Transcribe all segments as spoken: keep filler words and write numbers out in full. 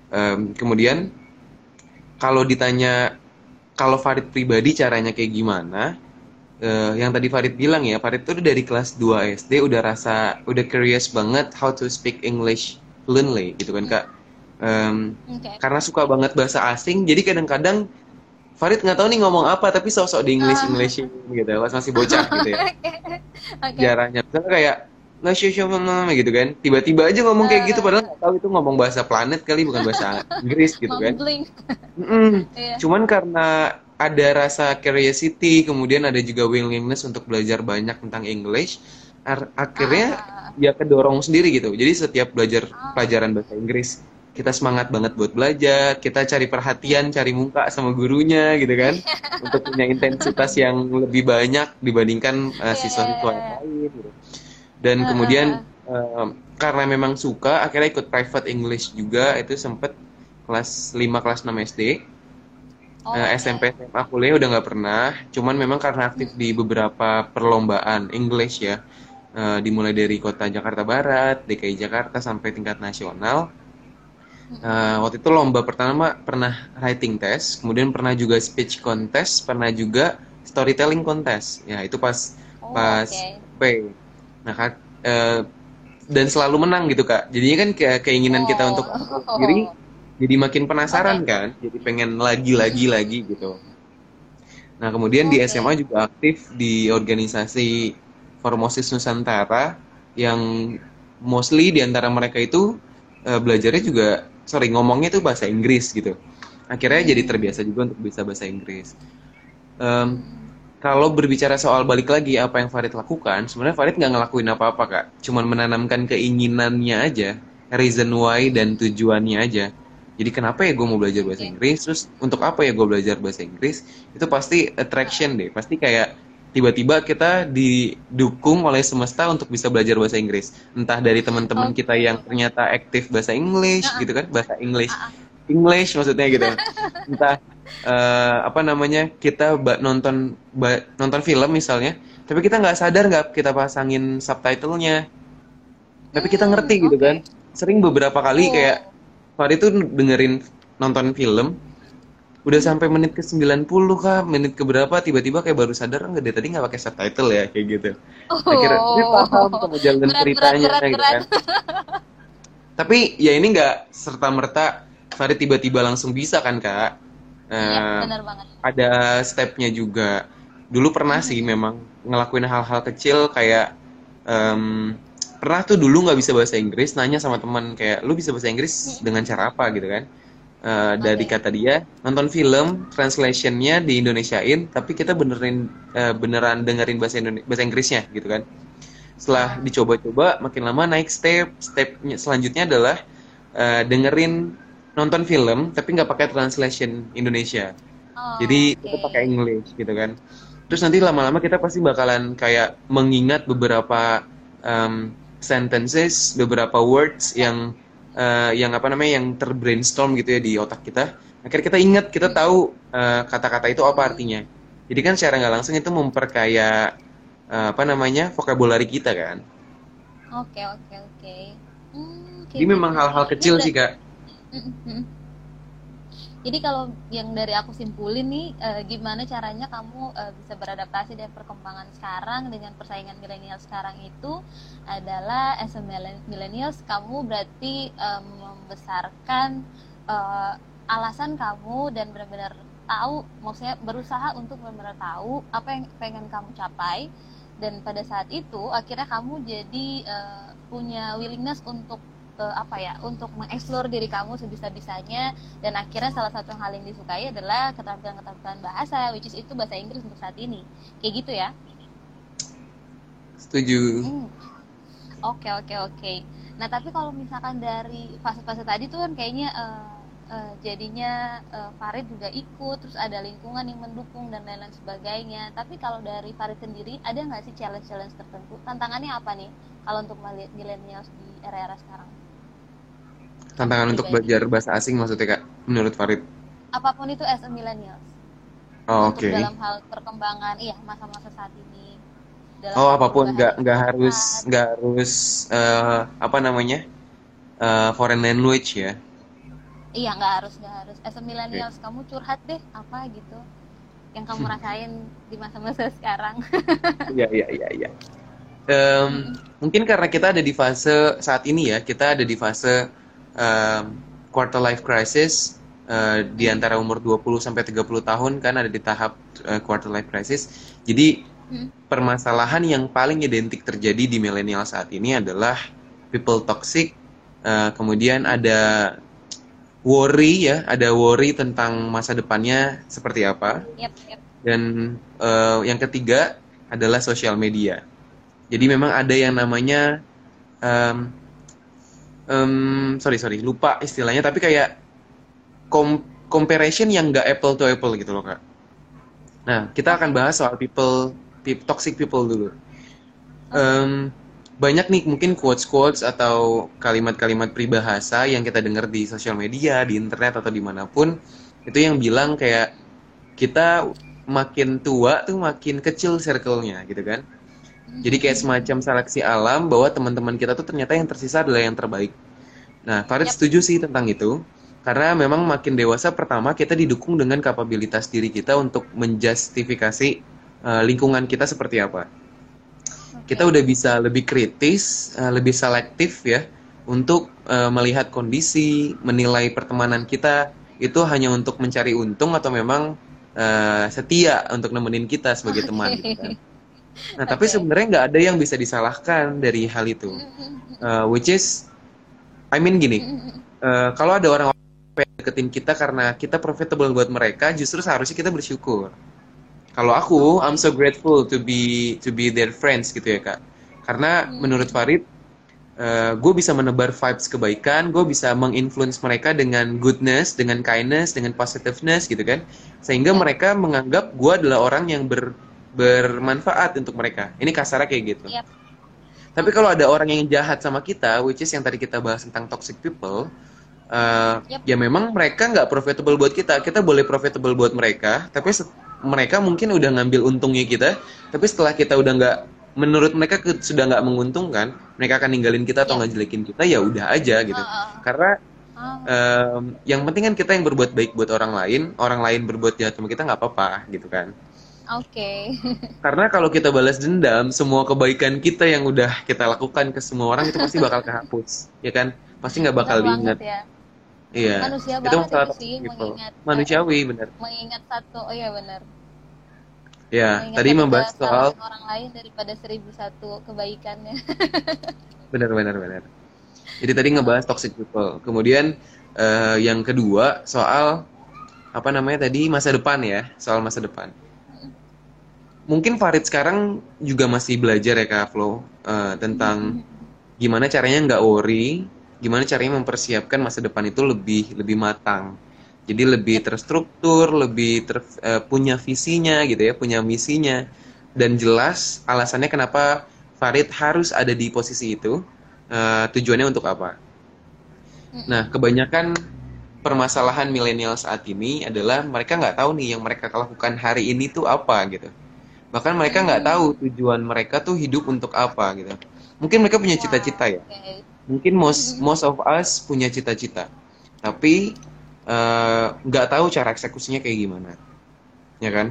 Em, kemudian kalau ditanya kalau Farid pribadi caranya kayak gimana? Eh, yang tadi Farid bilang ya, Farid tuh dari kelas dua S D udah rasa udah curious banget how to speak English fluently gitu kan Kak. Em, Oke. karena suka banget bahasa asing, jadi kadang-kadang Farid nggak tahu nih ngomong apa, tapi sok-sok di English Ah, Englishin gitu, pas masih bocah gitu ya. oke. Oke. Sejarahnya, misalnya kayak nggak sure sure, mama gitu kan, tiba-tiba aja ngomong kayak gitu, padahal Eh, nggak tahu itu ngomong bahasa planet kali, bukan bahasa Inggris gitu kan. mumbling. Mm-mm. Iya. Cuman karena ada rasa curiosity, kemudian ada juga willingness untuk belajar banyak tentang English, ar- Ah, ah, akhirnya ah, ya kedorong sendiri gitu. Jadi setiap belajar ah. pelajaran bahasa Inggris, kita semangat banget buat belajar, kita cari Iya. perhatian, cari muka sama gurunya gitu kan, untuk punya intensitas yang lebih banyak dibandingkan uh, Iya, iya, siswa-siswa yang iya. lain gitu. Dan Ah, ah, kemudian ah. um, karena memang suka, akhirnya ikut private English juga, itu sempet kelas lima kelas enam S D. Eh, Oh, S M P oke. S M A kuliah udah nggak pernah, cuman memang karena aktif di Mm-mm. beberapa perlombaan English ya, eh, dimulai dari kota Jakarta Barat, D K I Jakarta sampai tingkat nasional. Eh, Mm-mm. waktu itu lomba pertama pernah writing test, kemudian pernah juga speech contest, pernah juga storytelling contest. Ya itu pas Oh, pas oke. P. Nah, Kak, eh, dan selalu menang gitu Kak. Jadinya kan kayak keinginan kita untuk upgrade diri Oh. jadi makin penasaran Oke. kan, jadi pengen lagi lagi Mm-mm. lagi gitu. Nah, kemudian di S M A Oke. juga aktif di organisasi Formosis Nusantara yang mostly di antara mereka itu eh, belajarnya juga, sorry, ngomongnya itu bahasa Inggris gitu. Akhirnya jadi Hmm. terbiasa juga untuk bisa bahasa Inggris. Em, Hmm. kalau berbicara soal balik lagi apa yang Farid lakukan, sebenarnya Farid nggak ngelakuin apa-apa Kak. Cuman menanamkan keinginannya aja, reason why dan Mm-mm. tujuannya aja. Jadi kenapa ya gue mau belajar bahasa Oke. Inggris, terus untuk apa ya gue belajar bahasa Inggris, itu pasti Ah, attraction deh. Pasti kayak tiba-tiba kita didukung oleh semesta untuk bisa belajar bahasa Inggris. Entah dari teman-teman kita oke. yang ternyata aktif bahasa English Ah, gitu kan, bahasa English. ah, ah. English maksudnya gitu. Entah eh, apa namanya kita ba- nonton ba- nonton film misalnya, tapi kita nggak sadar nggak kita pasangin subtitlenya, tapi kita Hmm, ngerti gitu kan. oke. Sering beberapa kali kayak Oh. Fahri tuh dengerin nonton film, udah Mm-mm. sampai menit ke sembilan puluh kah, menit ke berapa tiba-tiba kayak baru sadar enggak dari tadi nggak pakai subtitle ya kayak gitu. Akhirnya dia paham Oh. sama jalan Berat, berat, ceritanya berat, gitu berat. kan. Tapi ya ini nggak serta merta Fahri tiba-tiba langsung bisa kan Kak. Iya, Eh, benar banget. ada stepnya juga. Dulu pernah sih Mhm. memang ngelakuin hal-hal kecil kayak em, pernah tuh dulu nggak bisa bahasa Inggris, nanya sama teman kayak lu bisa bahasa Inggris Mhm. dengan cara apa gitu kan. Eh, dari Oke. kata dia nonton film, translationnya di Indonesiain, tapi kita benerin eh, beneran dengerin bahasa Indone- bahasa Inggrisnya gitu kan. Setelah Ah, dicoba-coba makin lama naik step, stepnya selanjutnya adalah eh, dengerin nonton film tapi nggak pakai translation Indonesia. oh, Jadi kita oke. pakai English gitu kan. Terus nanti lama-lama kita pasti bakalan kayak mengingat beberapa um, sentences, beberapa words Ya. yang uh, yang apa namanya yang terbrainstorm gitu ya di otak kita. Akhirnya kita ingat, kita Mhm. tahu uh, kata-kata itu apa artinya. Jadi kan secara nggak langsung itu memperkaya uh, apa namanya vocabulary kita kan. Oke, oke, oke. Hmm, Jadi kayak memang gitu hal-hal ya. Ini kecil sih berat. Kak. Mhm, mhm. Jadi kalau yang dari aku simpulin nih, eh, gimana caranya kamu eh, bisa beradaptasi dengan perkembangan sekarang dengan persaingan milenial sekarang itu adalah as a millen- millennials kamu berarti eh, membesarkan eh, alasan kamu dan benar-benar tahu, maksudnya berusaha untuk benar-benar tahu apa yang pengen kamu capai dan pada saat itu akhirnya kamu jadi eh, punya willingness untuk eh, apa ya untuk mengeksplor diri kamu sebisa-bisanya dan akhirnya salah satu hal yang disukai adalah keterampilan-keterampilan bahasa which is itu bahasa Inggris untuk saat ini kayak gitu ya. Setuju. Hmm, oke, oke, oke. Nah tapi kalau misalkan dari fase-fase tadi tuh kan kayaknya eh, eh, jadinya eh, Farid juga ikut terus ada lingkungan yang mendukung dan lain-lain sebagainya, tapi kalau dari Farid sendiri ada nggak sih challenge-challenge tertentu, tantangannya apa nih kalau untuk millennials di era-era sekarang kamu Tantangan untuk pribadi, belajar bahasa asing maksudnya Kak, menurut Farid. apapun itu as a millennials Oh, untuk oke. dalam hal perkembangan iya masa-masa saat ini dalam Oh, hal apapun nggak perubahan yang nggak lebih harus cepat. nggak harus eh, apa namanya eh, foreign language ya. iya nggak harus nggak harus as a Oke. millennials kamu curhat deh apa gitu yang kamu rasain di masa-masa sekarang. Iya, iya, iya, iya. Em, Mm-mm. Mungkin karena kita ada di fase saat ini ya, kita ada di fase em, quarter life crisis, eh, di Mm-mm. antara umur dua puluh sampai tiga puluh tahun kan ada di tahap eh, quarter life crisis. Jadi Mm-mm. permasalahan yang paling identik terjadi di milenial saat ini adalah people toxic, eh, kemudian Mm-mm. ada worry ya, ada worry tentang masa depannya seperti apa, Yep, yep. dan eh, yang ketiga adalah sosial media. Jadi memang ada yang namanya em, em, sorry sorry lupa istilahnya, tapi kayak com- comparison yang nggak apple to apple gitu loh kak. Nah kita akan Oke, bahas soal people, pe- toxic people dulu. oke. Em, Banyak nih mungkin quotes-quotes atau kalimat-kalimat peribahasa yang kita dengar di sosial media, di internet atau dimanapun, itu yang bilang kayak kita makin tua tuh makin kecil circle-nya gitu kan. Jadi kayak semacam seleksi alam bahwa teman-teman kita tuh ternyata yang tersisa adalah yang terbaik. Nah, Farid Yep. setuju sih tentang itu. Karena memang makin dewasa pertama kita didukung dengan kapabilitas diri kita untuk menjustifikasi eh, lingkungan kita seperti apa. Kita Oke. udah bisa lebih kritis, eh, lebih selektif ya untuk eh, melihat kondisi, menilai pertemanan kita itu hanya untuk mencari untung atau memang eh, setia untuk nemenin kita sebagai teman gitu kan. Oke. Nah, tapi Oke. sebenarnya nggak ada yang bisa disalahkan dari hal itu. Eh, which is, I mean gini, eh, kalau ada orang yang deketin kita karena kita profitable buat mereka, justru seharusnya kita bersyukur. Kalau aku, I'm Oke. so grateful to be to be their friends gitu ya kak. Karena menurut Farid, eh, gue bisa menebar vibes kebaikan, gue bisa menginfluence mereka dengan goodness, dengan kindness, dengan positiveness gitu kan. Sehingga Yep. mereka menganggap gue adalah orang yang ber, bermanfaat untuk mereka. Ini kasarnya kayak gitu. Yep. Tapi kalau Oke. ada orang yang jahat sama kita, which is yang tadi kita bahas tentang toxic people, eh, Yep. ya memang mereka nggak profitable buat kita. Kita boleh profitable buat mereka, tapi se- mereka mungkin udah ngambil untungnya kita. Tapi setelah kita udah nggak, menurut mereka ke- sudah nggak menguntungkan, mereka akan ninggalin kita atau Yep. ngejelekin kita. Ya udah aja gitu. Ah, Karena ah, ah. em, yang penting kan kita yang berbuat baik buat orang lain, orang lain berbuat jahat sama kita nggak apa-apa gitu kan. Oke. Karena kalau kita balas dendam, semua kebaikan kita yang udah kita lakukan ke semua orang itu pasti bakal kehapus, ya kan? Pasti nggak bakal Benar banget diingat. ya. Iya, Manusia itu banget masalah itu sih toxic people. mengingat eh, eh, Manusiawi, benar. mengingat satu. Oh iya benar. Ya, Mengingat tadi satu membahas soal kesalahan orang lain daripada seribu satu kebaikannya. benar, benar, benar. Jadi tadi ngebahas Oke. toxic people. Kemudian eh, yang kedua soal apa namanya tadi masa depan ya, soal masa depan. Mungkin Farid sekarang juga masih belajar ya Kak Flo eh, tentang gimana caranya nggak worry, gimana caranya mempersiapkan masa depan itu lebih lebih matang. Jadi lebih Yep. terstruktur, lebih ter- eh, punya visinya gitu ya, punya misinya dan jelas alasannya kenapa Farid harus ada di posisi itu, eh, tujuannya untuk apa. Nah, kebanyakan permasalahan milenial saat ini adalah mereka nggak tahu nih yang mereka lakukan hari ini tuh apa gitu. Bahkan mereka nggak tahu Hmm. tujuan mereka tuh hidup untuk apa gitu. Mungkin mereka punya Wow. cita-cita ya. Oke. Mungkin most most of us punya cita-cita, tapi eh, nggak tahu cara eksekusinya kayak gimana, ya kan?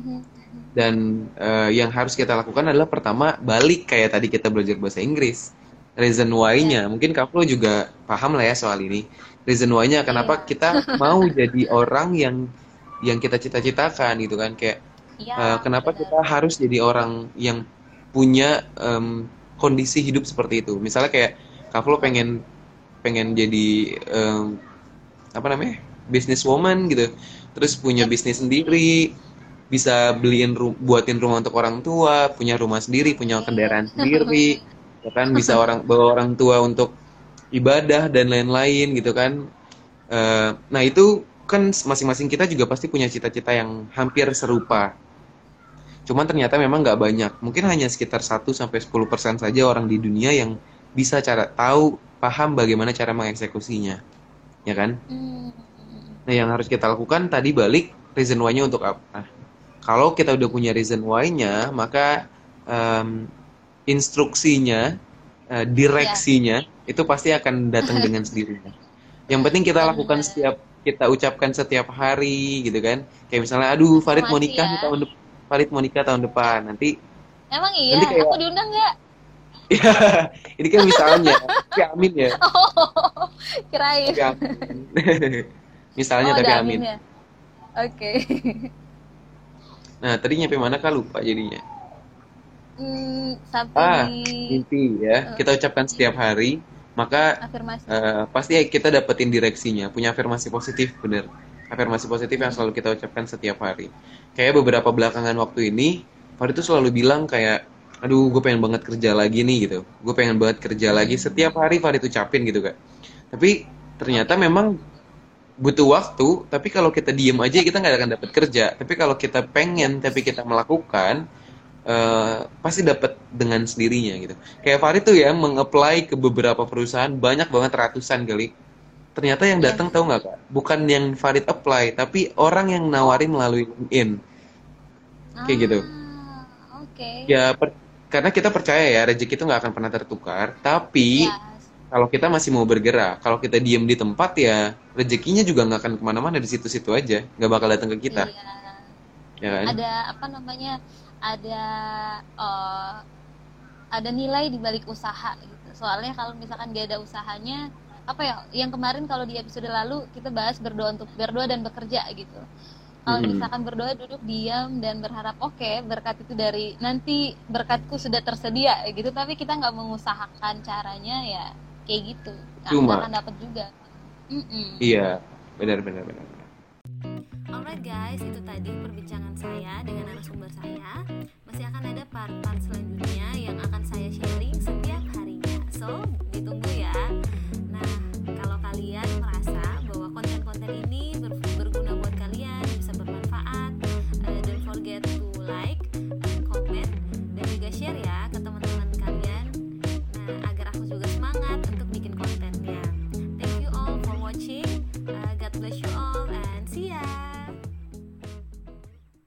Dan eh, yang harus kita lakukan adalah pertama balik kayak tadi kita belajar bahasa Inggris. Reason Ya. why-nya, mungkin Kak Flo juga paham lah ya soal ini. Reason why-nya kenapa Iya. kita mau jadi orang yang yang kita cita-citakan gitu kan, kayak Iya, eh, kenapa benar. kita harus jadi orang yang punya em, kondisi hidup seperti itu. Misalnya kayak Kak Flo pengen pengen jadi em, apa namanya businesswoman gitu, terus punya Yep. bisnis sendiri, bisa beliin ru- buatin rumah untuk orang tua, punya rumah sendiri, punya Amin. kendaraan sendiri, ya kan bisa orang bawa orang tua untuk ibadah dan lain-lain gitu kan. Eh, nah itu kan masing-masing kita juga pasti punya cita-cita yang hampir serupa. Cuman ternyata memang nggak banyak. Mungkin hanya sekitar satu sampai sepuluh persen saja orang di dunia yang bisa cara tahu, paham bagaimana cara mengeksekusinya, ya kan? Hmm. Nah, yang harus kita lakukan tadi balik reason why-nya untuk apa? Kalau kita udah punya reason why-nya, maka em, instruksinya, eh, Ya. direksinya itu pasti akan datang dengan sendirinya. Yang penting kita lakukan Bener. setiap kita ucapkan setiap hari gitu kan. Kayak misalnya, aduh Farid mau Afirmasi nikah nih ya. tahun depan. Farid mau nikah tahun depan. Nanti Emang iya, nanti aku kayak diundang nggak? ya ini kan misalnya, tapi amin ya. Oh, kirain. Tapi amin. Misalnya Oh, tapi ada amin. amin ya. Oke. Nah, tadi nyampe mana kah lupa jadinya. Hmm, sampai Ah, di mimpi ya. eh, Kita ucapkan setiap hari, maka afirmasi. eh, pasti kita dapetin direksinya. Punya afirmasi positif, bener. Afirmasi positif yang Mm-mm. selalu kita ucapkan setiap hari. Kayak beberapa belakangan waktu ini, Farid tuh selalu bilang kayak, aduh, gue pengen banget kerja lagi nih gitu. Gue pengen banget kerja lagi. Setiap hari Farid ucapin gitu kak. Tapi ternyata Oke. memang butuh waktu. Tapi kalau kita diem aja kita nggak akan dapat kerja. Tapi kalau kita pengen, tapi Yes. kita melakukan, eh, pasti dapat dengan sendirinya gitu. Kayak Farid tuh ya meng-apply ke beberapa perusahaan banyak banget ratusan kali. Ternyata yang Yes. datang tahu nggak kak? Bukan yang Farid apply, tapi orang yang Oh. nawarin melalui LinkedIn kayak gitu. Ah, oke. Ya per- karena kita percaya ya rezeki itu nggak akan pernah tertukar. Tapi Yes. kalau kita masih mau bergerak, kalau kita diem di tempat ya rezekinya juga nggak akan kemana-mana di situ-situ aja, nggak bakal datang ke kita, Iya. ya kan? Ada apa namanya? Ada eh, ada nilai di balik usaha gitu. Soalnya kalau misalkan gak ada usahanya, apa ya? Yang kemarin kalau di episode lalu kita bahas berdoa untuk berdoa dan bekerja gitu. Kalau Mm-mm. misalkan berdoa duduk diam dan berharap oke okay, berkat itu dari nanti berkatku sudah tersedia gitu, tapi kita nggak mengusahakan caranya ya kayak gitu nggak nggak Cuma, akan dapat juga. Mm-mm. iya, benar-benar benar. Alright guys, itu tadi perbincangan saya dengan narasumber saya. Masih akan ada part-part selanjutnya yang akan saya sharing